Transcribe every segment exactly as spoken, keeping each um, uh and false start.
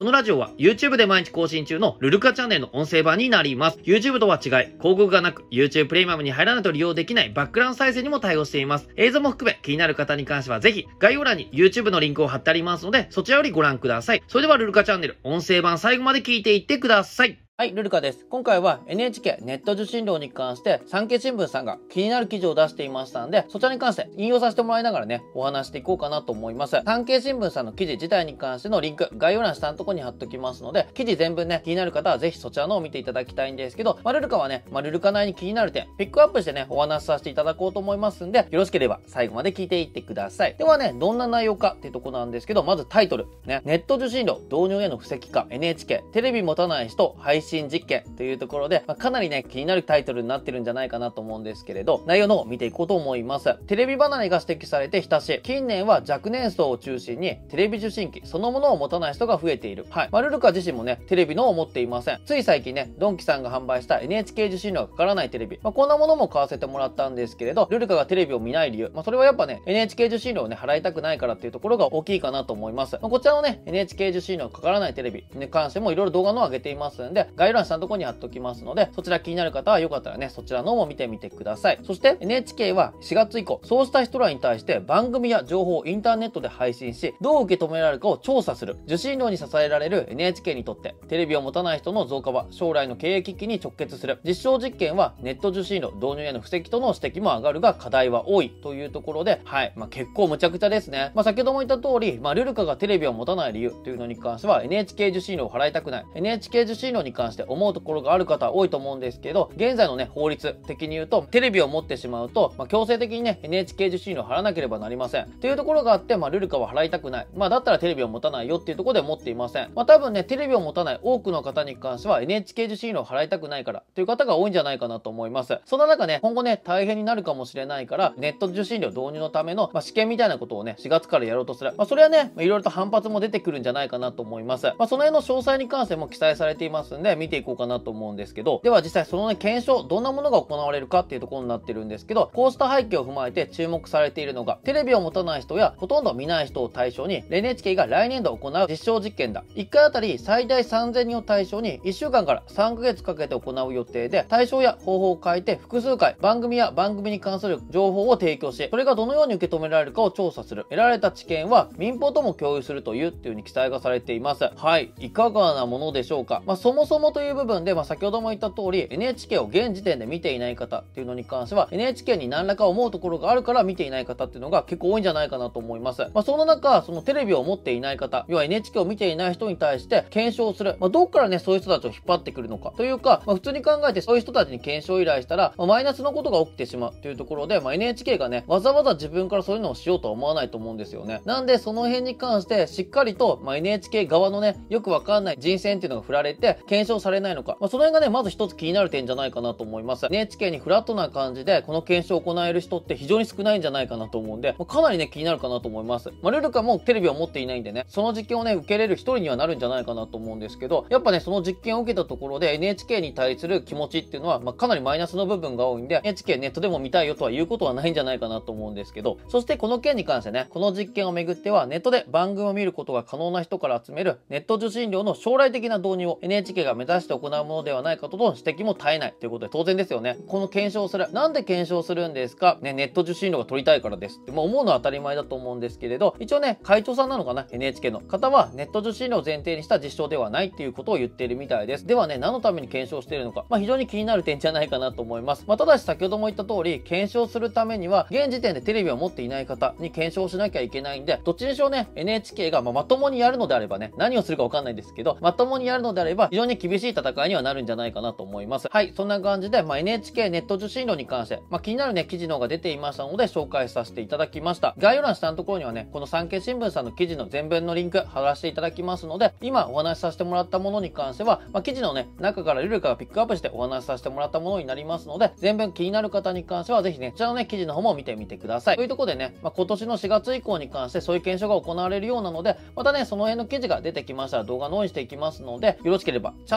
このラジオは YouTube で毎日更新中のルルカチャンネルの音声版になります。YouTube とは違い、広告がなく YouTube プレミアムに入らないと利用できないバックグラウンド再生にも対応しています。映像も含め気になる方に関してはぜひ概要欄に YouTube のリンクを貼ってありますので、そちらよりご覧ください。それではルルカチャンネル音声版最後まで聞いていってください。 はい、ルルカです。今回は エヌエイチケー ネット受信料に関して産経新聞さんが気になる記事を出していましたんで、そちらに関して引用させてもらいながらね、お話していこうかなと思います。産経新聞さんの記事自体に関してのリンク、概要欄下のところに貼っときますので、記事全文ね、気になる方はぜひそちらのを見ていただきたいんですけど、まあ、ルルカはね、まあ、ルルカ内に気になる点、ピックアップしてね、お話しさせていただこうと思いますんで、よろしければ最後まで聞いていってください。ではね、どんな内容かっていうところなんですけど、まずタイトル、ね、ネット受信料導入への布石か、エヌエイチケー、テレビ持たない人配信実験というところで、まあ、かなりね気になるタイトルになってるんじゃないかなと思うんですけれど、内容の方を見ていこうと思います。テレビ離れが指摘されて親しい。近年は若年層を中心にテレビ受信機そのものを持たない人が増えている。はい、まあ、ルルカ自身もねテレビのを持っていません。つい最近ねドンキさんが販売した エヌエイチケー 受信料がかからないテレビ、まあ、こんなものも買わせてもらったんですけれど、ルルカがテレビを見ない理由、まあ、それはやっぱね エヌエイチケー 受信料をね払いたくないからっていうところが大きいかなと思います。まあ、こちらのね エヌエイチケー 受信料がかからないテレビに関してもいろいろ動画のを上げていますんで、概要欄下のところに貼っときますので、そちら気になる方はよかったらねそちらのも見てみてください。そして エヌエイチケー はしがつ以降そうした人らに対して番組や情報をインターネットで配信し、どう受け止められるかを調査する。受信料に支えられる エヌエイチケー にとってテレビを持たない人の増加は将来の経営危機に直結する。実証実験はネット受信料導入への布石との指摘も上がるが課題は多いというところで、はい、まあ、結構むちゃくちゃですね。まあ、先ほども言った通り、まあ、ルルカがテレビを持たない理由というのに関しては エヌエイチケー 受信料を払いたくない、 エヌエイチケー 受信料に関して思うところがある方は多いと思うんですけど、現在のね法律的に言うとテレビを持ってしまうと、まあ、強制的にね エヌエイチケー 受信料を払わなければなりませんというところがあって、まあ、ルルカは払いたくない、まあ、だったらテレビを持たないよっていうところで持っていません。まあ、多分ねテレビを持たない多くの方に関しては エヌエイチケー 受信料を払いたくないからという方が多いんじゃないかなと思います。そんな中ね今後ね大変になるかもしれないから、ネット受信料導入のための、まあ、試験みたいなことをねしがつからやろうとする。まあ、それはねいろいろと反発も出てくるんじゃないかなと思います。まあ、その辺の詳細に関しても記載されていますんで見ていこうかなと思うんですけど、では実際そのね検証どんなものが行われるかっていうところになってるんですけど、こうした背景を踏まえて注目されているのが、テレビを持たない人やほとんど見ない人を対象に エヌエイチケー が来年度行う実証実験だ。いっかいあたり最大さんぜんにんを対象にいっしゅうかんからさんかげつかけて行う予定で、対象や方法を変えて複数回番組や番組に関する情報を提供し、それがどのように受け止められるかを調査する。得られた知見は民放とも共有するというっていう風に記載がされています。はい、いかがなものでしょうか。まあ、そもそもという部分で、まあ、先ほども言った通り エヌエイチケー を現時点で見ていない方っていうのに関しては エヌエイチケー に何らか思うところがあるから見ていない方っていうのが結構多いんじゃないかなと思います。まあ、その中そのテレビを持っていない方、要は エヌエイチケー を見ていない人に対して検証する。まあ、どっからねそういう人たちを引っ張ってくるのかというか、まあ、普通に考えてそういう人たちに検証依頼したら、まあ、マイナスのことが起きてしまうというところで、まあ、エヌエイチケー がねわざわざ自分からそういうのをしようとは思わないと思うんですよね。なんでその辺に関してしっかりと、まあ、エヌエイチケー 側のねよくわかんない人選っていうのが振られて検証されないのか、まあ、その辺がねまず一つ気になる点じゃないかなと思います。 エヌエイチケー にフラットな感じでこの検証を行える人って非常に少ないんじゃないかなと思うんで、まあ、かなりね気になるかなと思います。まあ、ルルカもテレビを持っていないんでねその実験をね受けれる一人にはなるんじゃないかなと思うんですけど、やっぱねその実験を受けたところで エヌエイチケー に対する気持ちっていうのは、まあ、かなりマイナスの部分が多いんで エヌエイチケー ネットでも見たいよとは言うことはないんじゃないかなと思うんですけど、そしてこの件に関してねこの実験をめぐってはネットで番組を見ることが可能な人から集めるネット受信料の将来的な導入を エヌエイチケー が目指して行うものではないかとの指摘も絶えないということで、当然ですよね。この検証する、なんで検証するんですか、ね、ネット受信料が取りたいからですってもう思うのは当たり前だと思うんですけれど、一応ね会長さんなのかな エヌエイチケー の方はネット受信料を前提にした実証ではないっていうことを言っているみたいです。ではね何のために検証しているのか、まあ、非常に気になる点じゃないかなと思います。まあ、ただし先ほども言った通り検証するためには現時点でテレビを持っていない方に検証しなきゃいけないんで、どっちにしろね エヌエイチケー がまあまともにやるのであればね、何をするか分かんないですけどまともにやるのであれば非常に厳しい戦いにはなるんじゃないかなと思います。はい、そんな感じで、まあ、エヌエイチケー ネット受信料に関して、まあ、気になるね記事の方が出ていましたので紹介させていただきました。概要欄下のところにはねこの産経新聞さんの記事の全文のリンク貼らせていただきますので、今お話しさせてもらったものに関しては、まあ、記事のね中からルルカがピックアップしてお話しさせてもらったものになりますので、全文気になる方に関してはぜひねこちらのね記事の方も見てみてください。というところでね、まあ、今年のしがつ以降に関してそういう検証が行われるようなので、またねその辺の記事が出てきましたら動画の方にしていきますので、よろしければチャンネル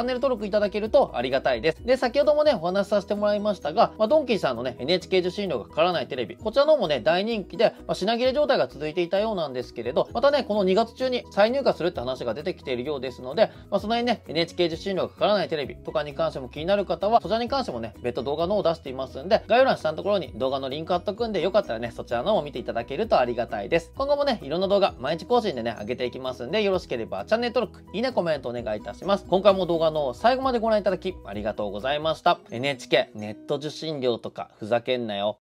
ャンネル登録いただけるとありがたいです。で、先ほどもね、お話しさせてもらいましたが、まあ、ドンキーさんのね、エヌエイチケー 受信料がかからないテレビ、こちらの方もね、大人気で、まあ、品切れ状態が続いていたようなんですけれど、またね、このにがつ中に再入荷するって話が出てきているようですので、まあ、その辺ね、エヌエイチケー 受信料がかからないテレビとかに関しても気になる方は、そちらに関してもね、別途動画の方を出していますんで、概要欄下のところに動画のリンク貼っとくんで、よかったらね、そちらの方を見ていただけるとありがたいです。今後もね、いろんな動画、毎日更新でね、上げていきますんで、よろしければチャンネル登録、いいね、コメントお願いいたします。今回も動画の最後までご覧いただき、ありがとうございました。エヌエイチケー ネット受信料とかふざけんなよ。